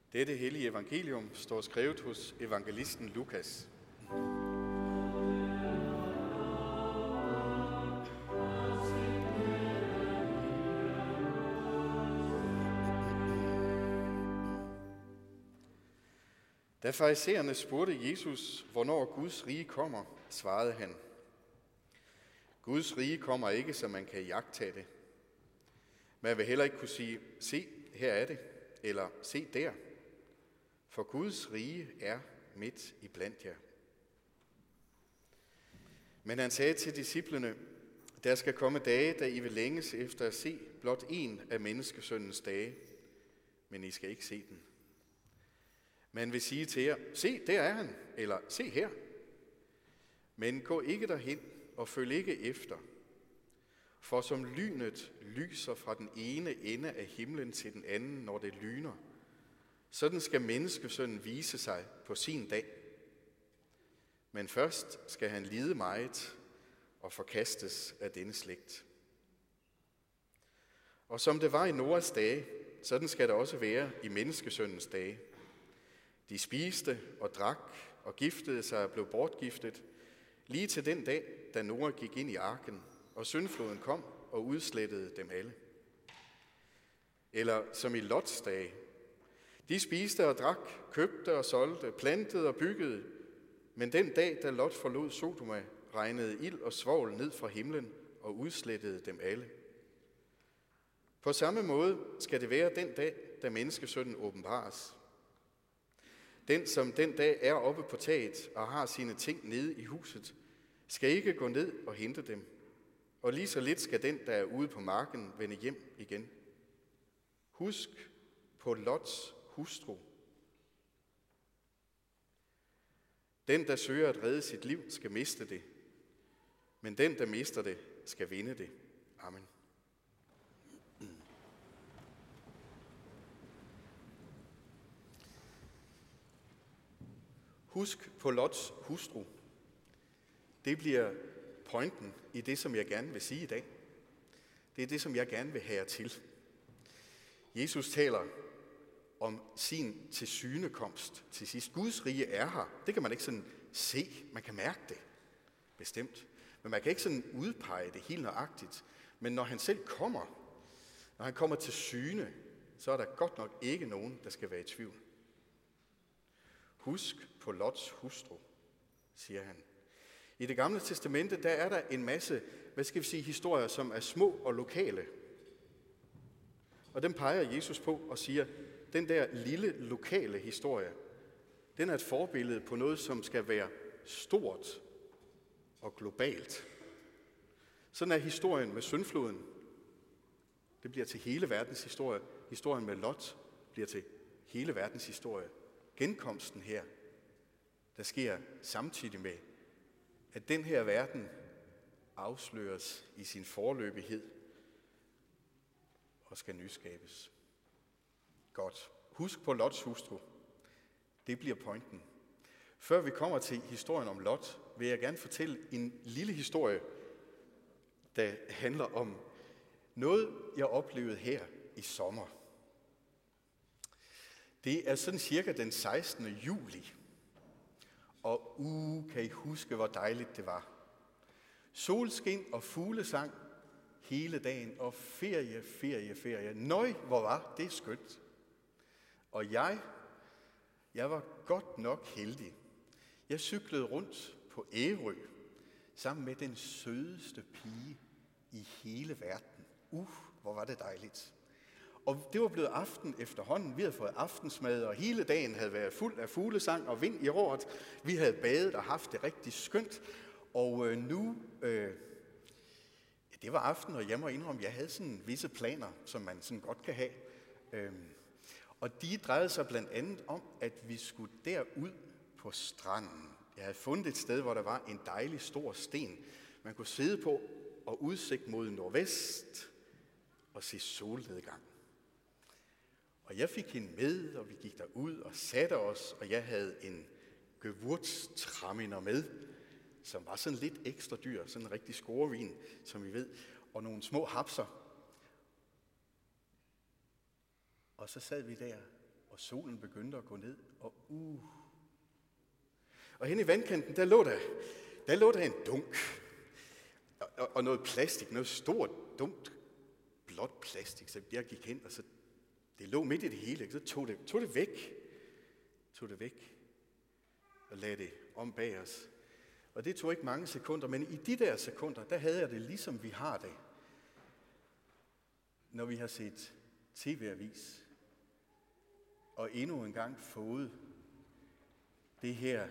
Dette hellige evangelium står skrevet hos evangelisten Lukas. Da farisæerne spurgte Jesus, hvornår Guds rige kommer, svarede han: Guds rige kommer ikke, så man kan iagttage det. Man vil heller ikke kunne sige, se, her er det, eller se der. For Guds rige er midt i blandt jer. Men han sagde til disciplene, der skal komme dage, da I vil længes efter at se blot en af menneskesøndens dage, men I skal ikke se den. Man vil sige til jer, se, der er han, eller se her. Men gå ikke derhen og følg ikke efter. For som lynet lyser fra den ene ende af himlen til den anden, når det lyner, sådan skal menneskesønnen vise sig på sin dag. Men først skal han lide meget og forkastes af denne slægt. Og som det var i Noas dage, sådan skal det også være i menneskesønnens dage. De spiste og drak og giftede sig og blev bortgiftet, lige til den dag, da Noah gik ind i arken, og syndfloden kom og udslettede dem alle. Eller som i Lots dage. De spiste og drak, købte og solgte, plantede og byggede, men den dag, da Lot forlod Sodoma, regnede ild og svovl ned fra himlen og udslettede dem alle. På samme måde skal det være den dag, da menneskesønnen åbenbares. Den, som den dag er oppe på taget og har sine ting nede i huset, skal ikke gå ned og hente dem. Og lige så lidt skal den, der er ude på marken, vende hjem igen. Husk på Lots hustru. Den, der søger at redde sit liv, skal miste det. Men den, der mister det, skal vinde det. Amen. Husk på Lots hustru. Det bliver pointen i det, som jeg gerne vil sige i dag. Det er det, som jeg gerne vil have jer til. Jesus taler om sin tilsynekomst til sidst. Guds rige er her. Det kan man ikke sådan se. Man kan mærke det, bestemt. Men man kan ikke sådan udpege det helt nøjagtigt. Men når han selv kommer, når han kommer til syne, så er der godt nok ikke nogen, der skal være i tvivl. Husk på Lots hustru, siger han. I Det Gamle Testamente, der er der en masse, historier, som er små og lokale. Og dem peger Jesus på og siger, den der lille lokale historie, den er et forbillede på noget, som skal være stort og globalt. Sådan er historien med syndfloden. Det bliver til hele verdens historie. Historien med Lot bliver til hele verdens historie. Genkomsten her, der sker samtidig med, at den her verden afsløres i sin forløbighed og skal nyskabes. Godt. Husk på Lots hustru. Det bliver pointen. Før vi kommer til historien om Lot, vil jeg gerne fortælle en lille historie, der handler om noget, jeg oplevede her i sommer. Det er sådan cirka den 16. juli. Og kan I huske, hvor dejligt det var. Solskin og fuglesang hele dagen, og ferie. Nøj, hvor var det skønt. Og jeg var godt nok heldig. Jeg cyklede rundt på Ærø sammen med den sødeste pige i hele verden. Hvor var det dejligt. Og det var blevet aften efterhånden. Vi havde fået aftensmad, og hele dagen havde været fuld af fuglesang og vind i håret. Vi havde badet og haft det rigtig skønt. Og nu, det var aften, og jeg må indrømme, jeg havde sådan visse planer, som man sådan godt kan have. Og de drejede sig blandt andet om, at vi skulle derud på stranden. Jeg havde fundet et sted, hvor der var en dejlig stor sten, man kunne sidde på og udsigt mod nordvest og se solnedgang. Og jeg fik hende med, og vi gik derud og satte os, og jeg havde en Gewürztraminer med, som var sådan lidt ekstra dyr, sådan en rigtig scorevin, som I ved, og nogle små hapser. Og så sad vi der og solen begyndte at gå ned, og hen i vandkanten, der lå der en dunk, og noget plastik, noget stort, dumt, blåt plastik, så jeg gik hen, og så det lå midt i det hele, ikke? Så tog det væk, og lagde det om bag os. Og det tog ikke mange sekunder, men i de der sekunder, der havde jeg det ligesom vi har det, når vi har set TV-avis, og endnu en gang fået det her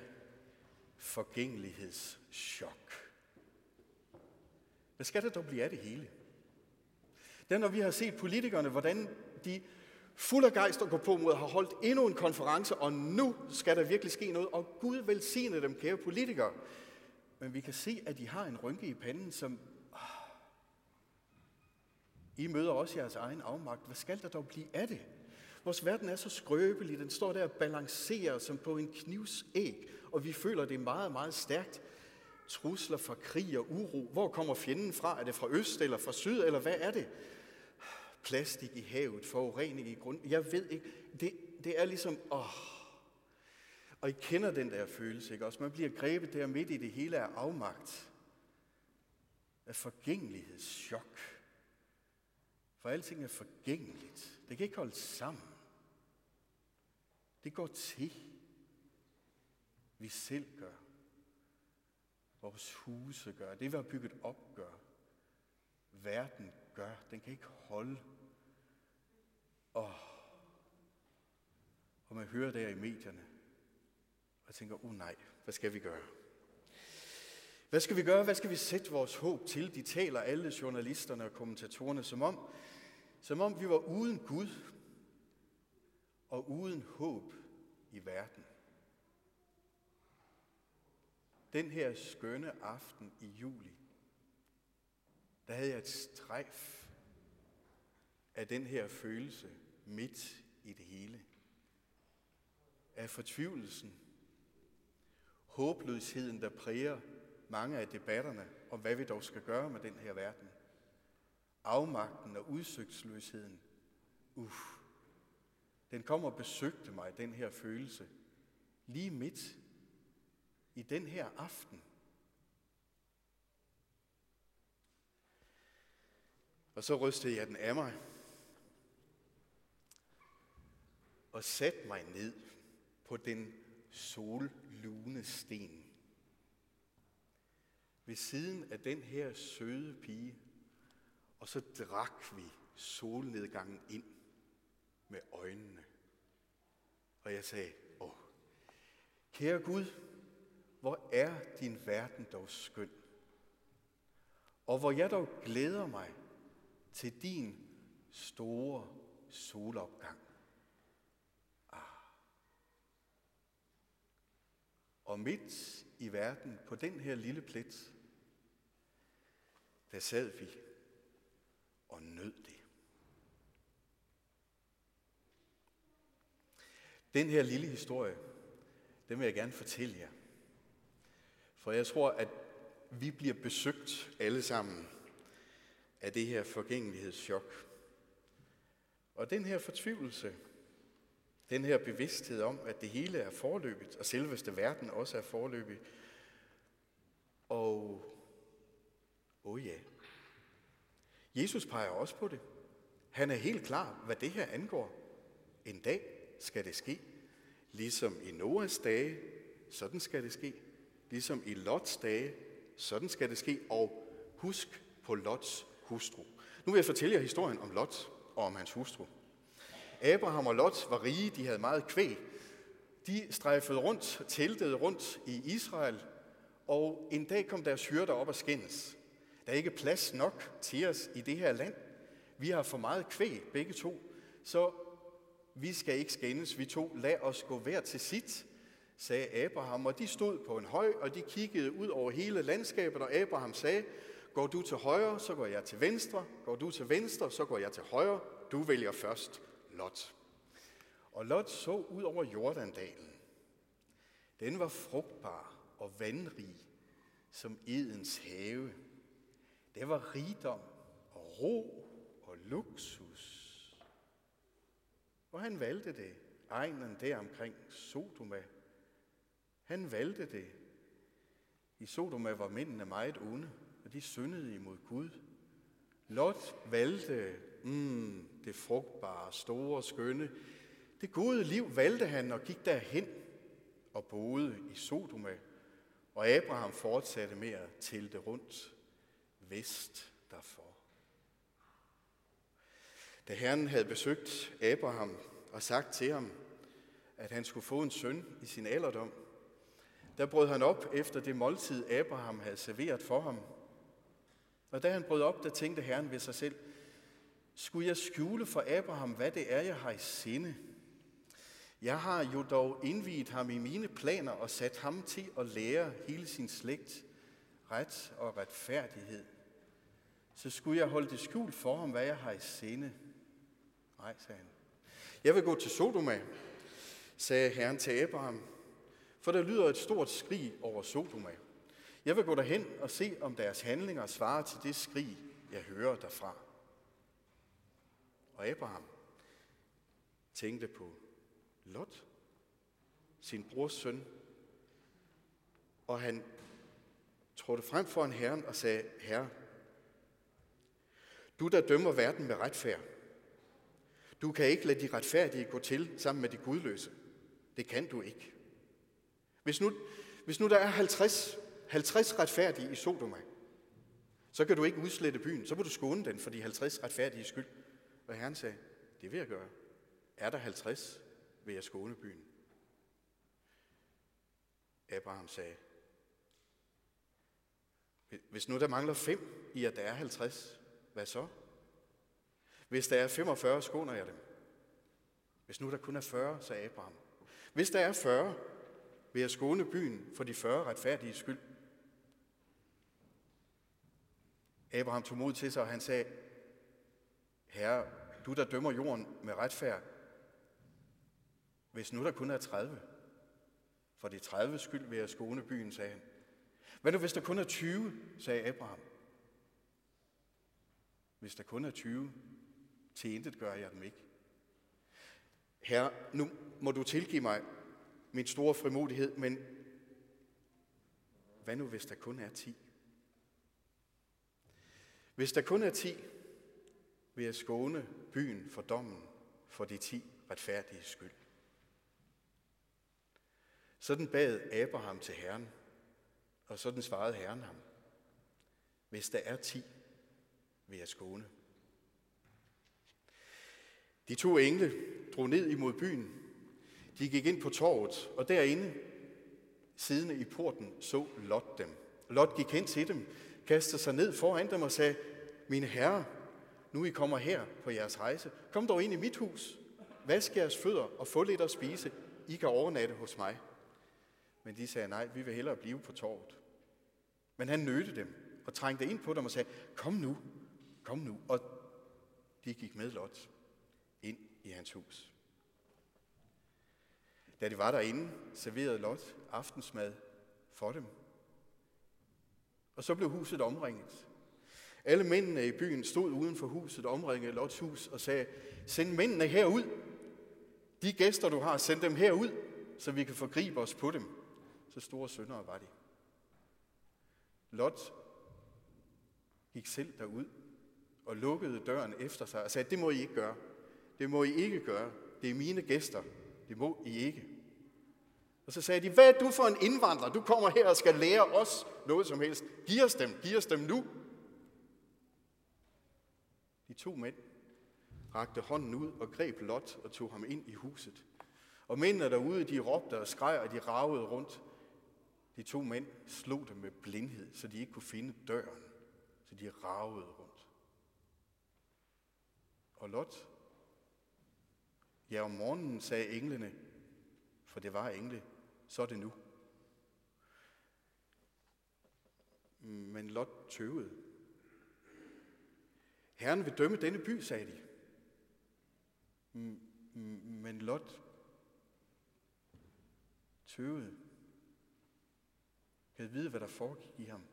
forgængelighedschok. Hvad skal der dog blive af det hele? Det er, når vi har set politikerne, hvordan de fuld af gejst og gå på mod har holdt endnu en konference, og nu skal der virkelig ske noget, og Gud velsigne dem, kære politikere. Men vi kan se, at de har en rynke i panden, som I møder også jeres egen afmagt. Hvad skal der dog blive af det? Vores verden er så skrøbelig, den står der og balancerer som på en knivsæg, og vi føler det meget, meget stærkt. Trusler fra krig og uro. Hvor kommer fjenden fra? Er det fra øst eller fra syd, eller hvad er det? Plastik i havet, forurening i grunden. Jeg ved ikke. Det er ligesom, Og I kender den der følelse, ikke også? Man bliver grebet der midt i det hele af afmagt. Af forgængelighedschok. For alting er forgængeligt. Det kan ikke holde sammen. Det går til. Vi selv gør. Vores huse gør. Det vi har bygget op gør. Verden gør. Den kan ikke holde. Og man hører der i medierne. Og tænker, nej, hvad skal vi gøre? Hvad skal vi gøre? Hvad skal vi sætte vores håb til? De taler alle journalisterne og kommentatorerne, som om vi var uden Gud og uden håb i verden. Den her skønne aften i juli, der havde jeg et strejf af den her følelse midt i det hele. Af fortvivlelsen, håbløsheden, der præger mange af debatterne om, hvad vi dog skal gøre med den her verden. Afmagten og udsigtsløsheden. Den kom og besøgte mig, den her følelse, lige midt i den her aften. Og så rystede jeg den af mig og satte mig ned på den sollune sten ved siden af den her søde pige, og så drak vi solnedgangen ind med øjnene. Og jeg sagde, kære Gud, hvor er din verden dog skøn, og hvor jeg dog glæder mig til din store solopgang. Og midt i verden, på den her lille plet, der sad vi og nød det. Den her lille historie, den vil jeg gerne fortælle jer. For jeg tror, at vi bliver besøgt alle sammen af det her forgængelighedschok. Og den her fortvivlelse, den her bevidsthed om, at det hele er forløbigt, og selveste verden også er forløbig. Og, ja, Jesus peger også på det. Han er helt klar, hvad det her angår. En dag skal det ske. Ligesom i Noas dage, sådan skal det ske. Ligesom i Lots dage, sådan skal det ske. Og husk på Lots hustru. Nu vil jeg fortælle jer historien om Lot og om hans hustru. Abraham og Lot var rige, de havde meget kvæg. De strejfede rundt, teltede rundt i Israel, og en dag kom deres hyrder op og skændes. Der er ikke plads nok til os i det her land. Vi har for meget kvæg, begge to, så vi skal ikke skændes, vi to. Lad os gå hver til sit, sagde Abraham, og de stod på en høj, og de kiggede ud over hele landskabet, og Abraham sagde, går du til højre, så går jeg til venstre. Går du til venstre, så går jeg til højre. Du vælger først Lot. Og Lot så ud over Jordandalen. Den var frugtbar og vandrig som Edens have. Der var rigdom og ro og luksus. Og han valgte det egnen der omkring Sodoma. Han valgte det. I Sodoma var mændene meget onde, og de syndede imod Gud. Lot valgte det frugtbare, store, skønne. Det gode liv valgte han og gik derhen og boede i Sodoma. Og Abraham fortsatte med at telte rundt vest derfor. Da Herren havde besøgt Abraham og sagt til ham, at han skulle få en søn i sin alderdom, der brød han op efter det måltid, Abraham havde serveret for ham. Og da han brød op, der tænkte Herren ved sig selv, skulle jeg skjule for Abraham, hvad det er, jeg har i sinde? Jeg har jo dog indviet ham i mine planer og sat ham til at lære hele sin slægt ret og retfærdighed. Så skulle jeg holde det skjult for ham, hvad jeg har i sinde. Nej, sagde han. Jeg vil gå til Sodoma, sagde Herren til Abraham, for der lyder et stort skrig over Sodoma. Jeg vil gå derhen og se, om deres handlinger svarer til det skrig, jeg hører derfra. Og Abraham tænkte på Lot, sin brors søn, og han trådte frem foran Herren og sagde, Herre, du der dømmer verden med retfærd, du kan ikke lade de retfærdige gå til sammen med de gudløse. Det kan du ikke. Hvis nu der er 50 retfærdige i Sodoma, så kan du ikke udslette byen, så må du skåne den for de 50 retfærdige skyld. Og Herren sagde, det vil jeg gøre. Er der 50, vil jeg skåne byen. Abraham sagde, hvis nu der mangler 5 i, at der er 50, hvad så? Hvis der er 45, skåner jeg dem. Hvis nu der kun er 40, sagde Abraham. Hvis der er 40, vil jeg skåne byen for de 40 retfærdige skyld. Abraham tog mod til sig, og han sagde, Herre, du der dømmer jorden med retfærd, hvis nu der kun er 30, for de 30 skyld vil jeg skåne byen, sagde han. Hvad nu hvis der kun er 20, sagde Abraham. Hvis der kun er 20, tilintet gør jeg dem ikke. Herre, nu må du tilgive mig min store frimodighed, men hvad nu hvis der kun er 10? Hvis der kun er 10, vil jeg skåne byen for dommen for de 10 retfærdige skyld. Sådan bad Abraham til Herren, og sådan svarede Herren ham. Hvis der er 10, vil jeg skåne. De 2 engle drog ned imod byen. De gik ind på torvet, og derinde, siddende i porten, så Lot dem. Lot gik hen til dem, kastede sig ned foran dem og sagde, mine herrer, nu I kommer her på jeres rejse, kom dog ind i mit hus, vask jeres fødder og få lidt at spise. I kan overnatte hos mig. Men de sagde, nej, vi vil hellere blive på torvet. Men han nødte dem og trængte ind på dem og sagde, kom nu. Og de gik med Lot ind i hans hus. Da de var derinde, serverede Lot aftensmad for dem. Og så blev huset omringet. Alle mændene i byen stod uden for huset, omringede Lots hus og sagde, send mændene herud. De gæster, du har, send dem herud, så vi kan forgribe os på dem. Så store syndere var de. Lot gik selv derud og lukkede døren efter sig og sagde, det må I ikke gøre. Det må I ikke gøre. Det er mine gæster. Det må I ikke. Og så sagde de, hvad er du for en indvandrer? Du kommer her og skal lære os noget som helst. Giv os dem nu. De 2 mænd rakte hånden ud og greb Lot og tog ham ind i huset. Og mændene derude, de råbte og skreg, og de ragede rundt. De 2 mænd slog dem med blindhed, så de ikke kunne finde døren. Så de ragede rundt. Og Lot, ja, om morgenen sagde englene, for det var engle, så er det nu. Men Lot tøvede. Herren vil dømme denne by, sagde de. Men Lot tøvede. Kan vide, hvad der foregik i ham.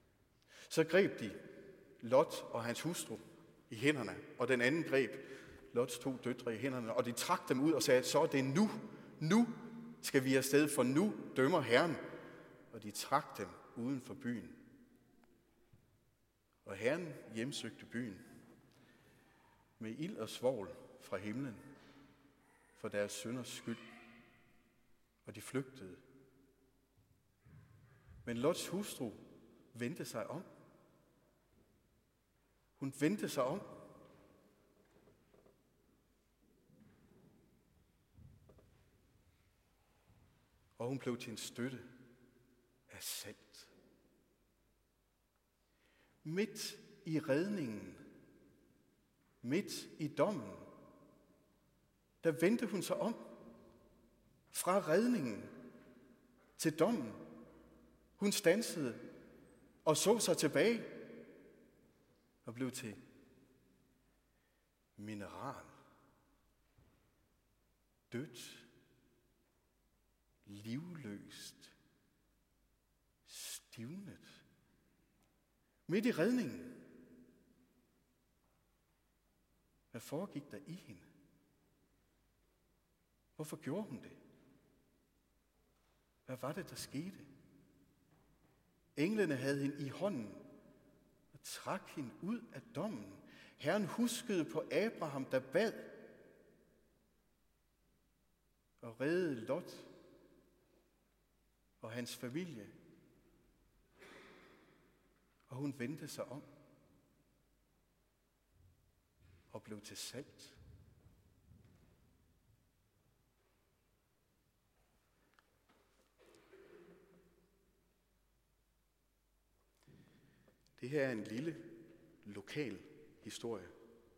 Så greb de Lot og hans hustru i hænderne, og den anden greb Lots 2 døtre i hænderne, og de trak dem ud og sagde, så er det nu. Nu skal vi afsted, for nu dømmer Herren. Og de trak dem uden for byen. Og Herren hjemsøgte byen med ild og svovl fra himlen for deres synders skyld. Og de flygtede. Men Lots hustru vendte sig om. Hun vendte sig om. Og hun blev til en støtte af salt. Midt i redningen, midt i dommen, der vendte hun sig om. Fra redningen til dommen. Hun standsede og så sig tilbage og blev til mineral. Dødt. Livløst. Stivnet. Midt i redningen. Hvad foregik der i hende? Hvorfor gjorde hun det? Hvad var det, der skete? Englene havde hende i hånden og trak hende ud af dommen. Herren huskede på Abraham, der bad og reddede Lot og hans familie. Og hun vendte sig om og blev til salt. Det her er en lille, lokal historie.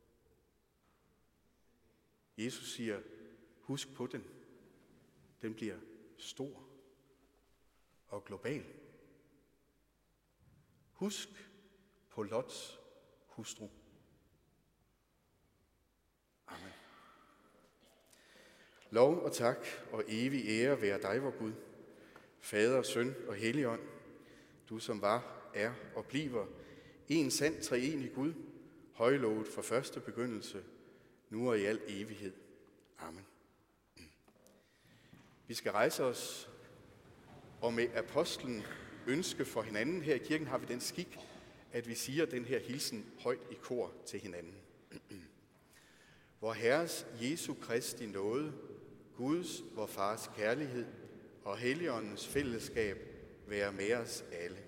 Jesus siger, husk på den. Den bliver stor og global. Husk på Lots hustru. Amen. Lov og tak og evig ære være dig, vor Gud, Fader, Søn og Helligånd, du som var, er og bliver en sand treenig Gud, højlovet fra første begyndelse, nu og i al evighed. Amen. Vi skal rejse os, og med apostlen ønske for hinanden. Her i kirken har vi den skik, at vi siger den her hilsen højt i kor til hinanden. Vor Herres Jesu Kristi nåde, Guds, vor Fars kærlighed og Helligåndens fællesskab være med os alle.